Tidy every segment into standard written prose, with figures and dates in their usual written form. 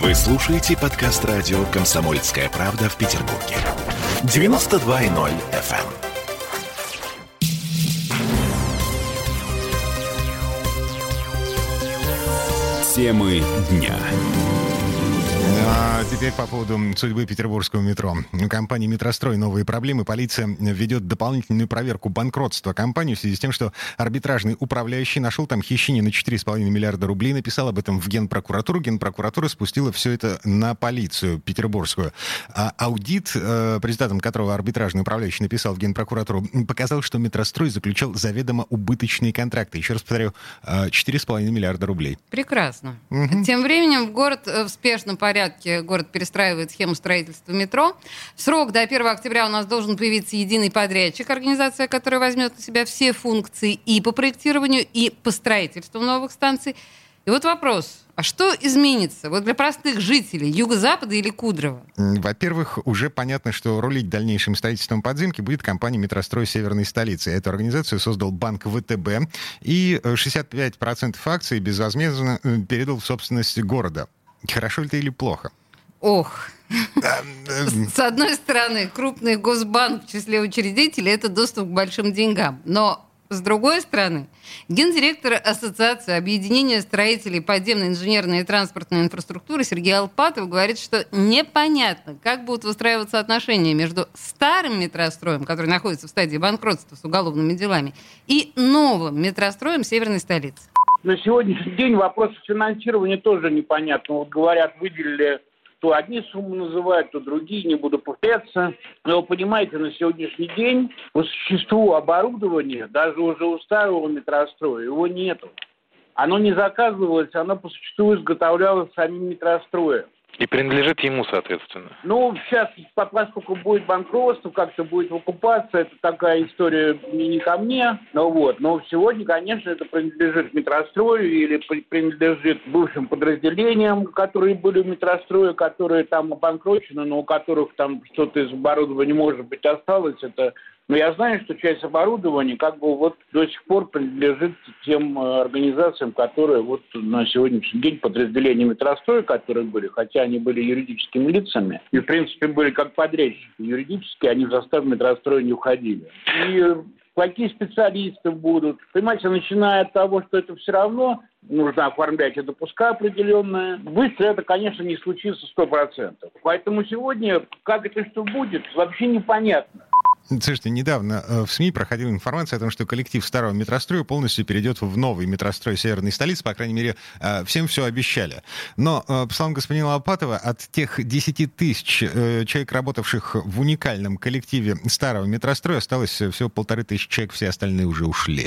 Вы слушаете подкаст радио «Комсомольская правда» в Петербурге. 92.0 FM. Темы дня. А теперь по поводу судьбы петербургского метро. У компании «Метрострой» новые проблемы. Полиция ведет дополнительную проверку банкротства компании в связи с тем, что арбитражный управляющий нашел там хищение на 4,5 миллиарда рублей. Написал об этом в Генпрокуратуру. Генпрокуратура спустила все это на полицию петербургскую. А аудит, по результатам которого арбитражный управляющий написал в Генпрокуратуру, показал, что «Метрострой» заключал заведомо убыточные контракты. Еще раз повторю, 4,5 миллиарда рублей. Прекрасно. Тем временем город в спешном порядке перестраивает схему строительства метро. В срок до 1 октября у нас должен появиться единый подрядчик, организация, которая возьмет на себя все функции и по проектированию, и по строительству новых станций. И вот вопрос, а что изменится вот для простых жителей Юго-Запада или Кудрово? Во-первых, уже понятно, что рулить дальнейшим строительством подземки будет компания «Метрострой» северной столицы. Эту организацию создал банк ВТБ, и 65% акций безвозмездно передал в собственность города. Хорошо ли это или плохо? Ох, с одной стороны, крупный госбанк в числе учредителей – это доступ к большим деньгам. Но с другой стороны, гендиректор Ассоциации объединения строителей подземной инженерной и транспортной инфраструктуры Сергей Алпатов говорит, что непонятно, как будут выстраиваться отношения между старым метростроем, который находится в стадии банкротства с уголовными делами, и новым метростроем северной столицы. На сегодняшний день вопрос финансирования тоже непонятно. Вот говорят, выделили, то одни суммы называют, то другие, не буду повторяться. Но вы понимаете, на сегодняшний день по существу оборудования, даже уже у старого метростроя, его нету. Оно не заказывалось, оно по существу изготовлялось самим метростроем. И принадлежит ему, соответственно. Ну, сейчас, поскольку будет банкротство, как-то будет выкупаться, это такая история не ко мне. Но сегодня, конечно, это принадлежит метрострою или принадлежит бывшим подразделениям, которые были в метрострое, которые там обанкрочены, но у которых там что-то из оборудования, может быть, осталось. Но я знаю, что часть оборудования до сих пор принадлежит тем организациям, которые на сегодняшний день подразделения метростроя, которые были, хотя они были юридическими лицами, и, в принципе, были как подрядчики юридические, они в состав метростроя не уходили. И какие специалисты будут? Понимаете, начиная от того, что это все равно нужно оформлять и допуска определенные. Быстро это, конечно, не случится 100%. Поэтому сегодня, как это что будет, вообще непонятно. Слушайте, недавно в СМИ проходила информация о том, что коллектив старого метростроя полностью перейдет в новый метрострой северной столицы. По крайней мере, всем все обещали. Но, по словам господина Алпатова, от тех 10 тысяч человек, работавших в уникальном коллективе старого метростроя, осталось всего 1500 человек, все остальные уже ушли.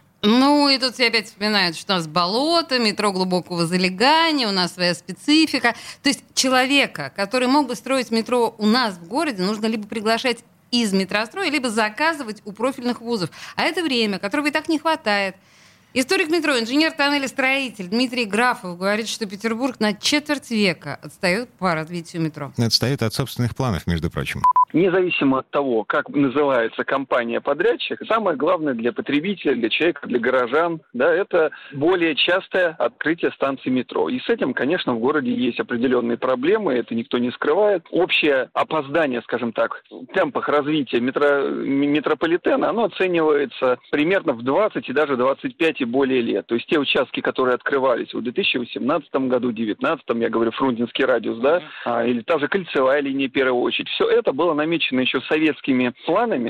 Ну, и тут все опять вспоминают, что у нас болото, метро глубокого залегания, у нас своя специфика. То есть человека, который мог бы строить метро у нас в городе, нужно либо приглашать из метростроя, либо заказывать у профильных вузов. А это время, которого и так не хватает. Историк метро, инженер-тоннелестроитель Дмитрий Графов говорит, что Петербург на четверть века отстает по развитию метро. Отстает от собственных планов, между прочим. Независимо от того, как называется компания-подрядчик, самое главное для потребителя, для человека, для горожан, это более частое открытие станций метро. И с этим, конечно, в городе есть определенные проблемы, это никто не скрывает. Общее опоздание, скажем так, в темпах развития метрополитена, оно оценивается примерно в 20 и даже 25 и более лет. То есть те участки, которые открывались в 2018 году, 2019, я говорю, Фрунзенский радиус, или та же кольцевая линия, в первую очередь, все это было намечено еще советскими планами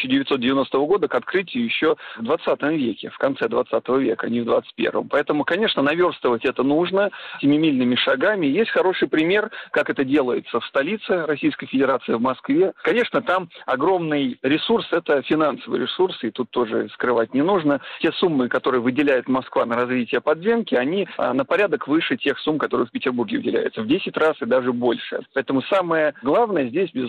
1990 года к открытию еще в 20 веке, в конце 20 века, а не в 21. Поэтому, конечно, наверстывать это нужно семимильными шагами. Есть хороший пример, как это делается в столице Российской Федерации, в Москве. Конечно, там огромный ресурс, это финансовый ресурс, и тут тоже скрывать не нужно. Те суммы, которые выделяет Москва на развитие подземки, они на порядок выше тех сумм, которые в Петербурге выделяются, в 10 раз и даже больше. Поэтому самое главное здесь, безусловно,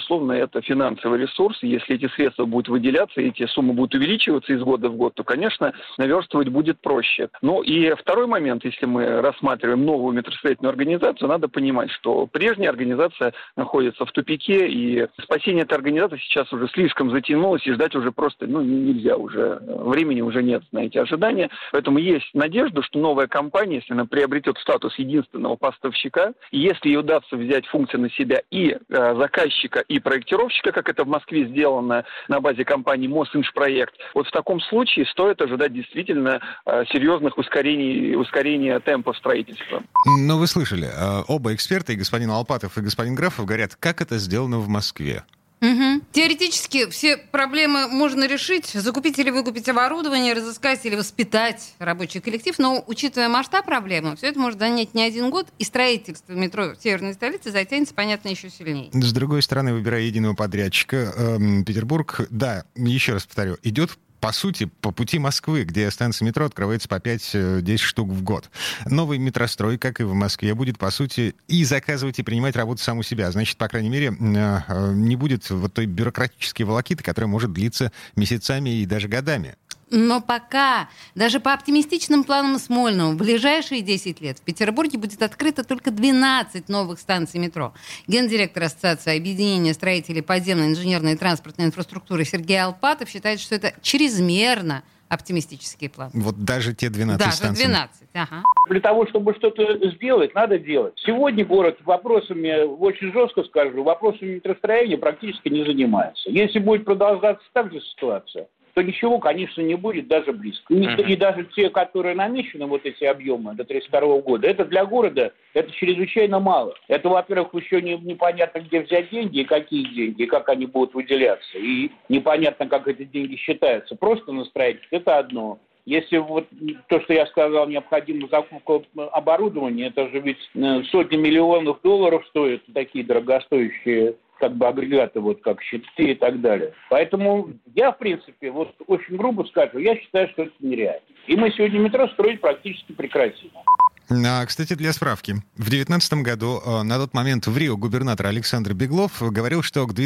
это финансовый ресурс. Если эти средства будут выделяться, эти суммы будут увеличиваться из года в год, то, конечно, наверстывать будет проще. Ну и второй момент, если мы рассматриваем новую метростроительную организацию, надо понимать, что прежняя организация находится в тупике, и спасение этой организации сейчас уже слишком затянулось, и ждать уже просто нельзя уже. Времени уже нет на эти ожидания. Поэтому есть надежда, что новая компания, если она приобретет статус единственного поставщика, и если ей удастся взять функции на себя и заказчика, и проектировщика, как это в Москве сделано на базе компании Мосинжпроект, вот в таком случае стоит ожидать действительно серьезных ускорения темпа строительства. Но вы слышали, оба эксперта, и господин Алпатов, и господин Графов, говорят, как это сделано в Москве. Угу. Теоретически все проблемы можно решить, закупить или выкупить оборудование, разыскать или воспитать рабочий коллектив, но, учитывая масштаб проблемы, все это может занять не один год, и строительство метро в северной столице затянется, понятно, еще сильнее. С другой стороны, выбирая единого подрядчика, Петербург, да, еще раз повторю, идет по сути, по пути Москвы, где станция метро открывается по 5-10 штук в год. Новый метрострой, как и в Москве, будет, по сути, и заказывать, и принимать работу сам у себя. Значит, по крайней мере, не будет вот той бюрократической волокиты, которая может длиться месяцами и даже годами. Но пока, даже по оптимистичным планам Смольного, в ближайшие 10 лет в Петербурге будет открыто только 12 новых станций метро. Гендиректор Ассоциации объединения строителей подземной инженерной и транспортной инфраструктуры Сергей Алпатов считает, что это чрезмерно оптимистический план. Вот даже те 12 даже станций. 12, ага. Для того, чтобы что-то сделать, надо делать. Сегодня город вопросами, очень жестко скажу, вопросами метростроения практически не занимается. Если будет продолжаться так же ситуация, то ничего, конечно, не будет даже близко. И даже те, которые намечены, вот эти объемы до 1932 года, это для города, это чрезвычайно мало. Это, во-первых, еще непонятно, где взять деньги, и какие деньги, и как они будут выделяться. И непонятно, как эти деньги считаются. Просто на строительство – это одно. Если вот то, что я сказал, необходима закупка оборудования, это же ведь сотни миллионов долларов стоят такие дорогостоящие агрегаты, вот как щиты и так далее. Поэтому я, в принципе, вот очень грубо скажу, я считаю, что это нереально. И мы сегодня метро строить практически прекратим. Кстати, для справки. В 2019 году, на тот момент в Рио губернатор Александр Беглов говорил, что к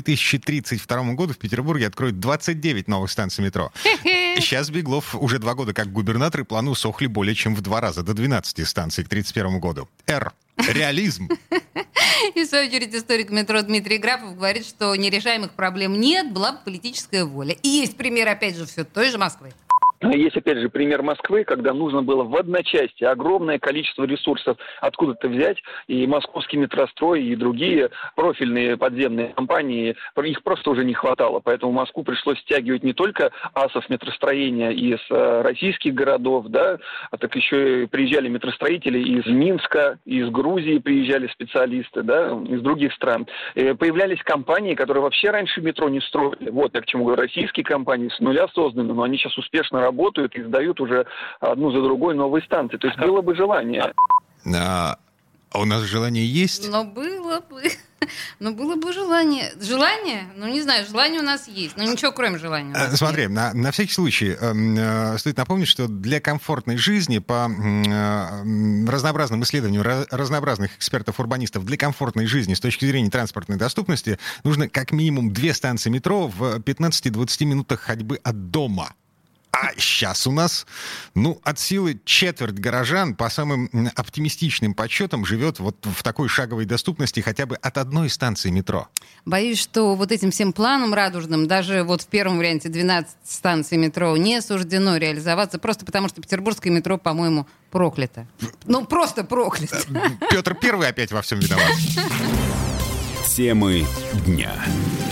2032 году в Петербурге откроют 29 новых станций метро. Сейчас Беглов уже 2 года как губернатор, и планы усохли более чем в 2 раза, до 12 станций к 2031 году. Реализм. И в свою очередь историк метро Дмитрий Графов говорит, что нерешаемых проблем нет, была бы политическая воля. И есть пример, опять же, все той же Москвы. Есть, опять же, пример Москвы, когда нужно было в одночасье огромное количество ресурсов откуда-то взять, и московский метрострой, и другие профильные подземные компании, их просто уже не хватало. Поэтому в Москву пришлось стягивать не только асов метростроения из российских городов, да, а так еще и приезжали метростроители из Минска, из Грузии приезжали специалисты, да, из других стран. И появлялись компании, которые вообще раньше метро не строили. Вот я к чему говорю, российские компании с нуля созданы, но они сейчас успешно работают и сдают уже одну за другой новые станции. То есть было бы желание. А у нас желание есть? Но было бы желание. Желание? Не знаю, желание у нас есть. Но ничего, кроме желания. Смотри, на всякий случай стоит напомнить, что для комфортной жизни, по разнообразным исследованиям разнообразных экспертов-урбанистов, для комфортной жизни с точки зрения транспортной доступности нужно как минимум 2 станции метро в 15-20 минутах ходьбы от дома. А сейчас у нас, от силы четверть горожан, по самым оптимистичным подсчетам, живет вот в такой шаговой доступности хотя бы от одной станции метро. Боюсь, что вот этим всем планам радужным, даже вот в первом варианте 12 станций метро, не суждено реализоваться, просто потому что петербургское метро, по-моему, проклято. Просто проклято. Петр Первый опять во всем виноват. Темы дня.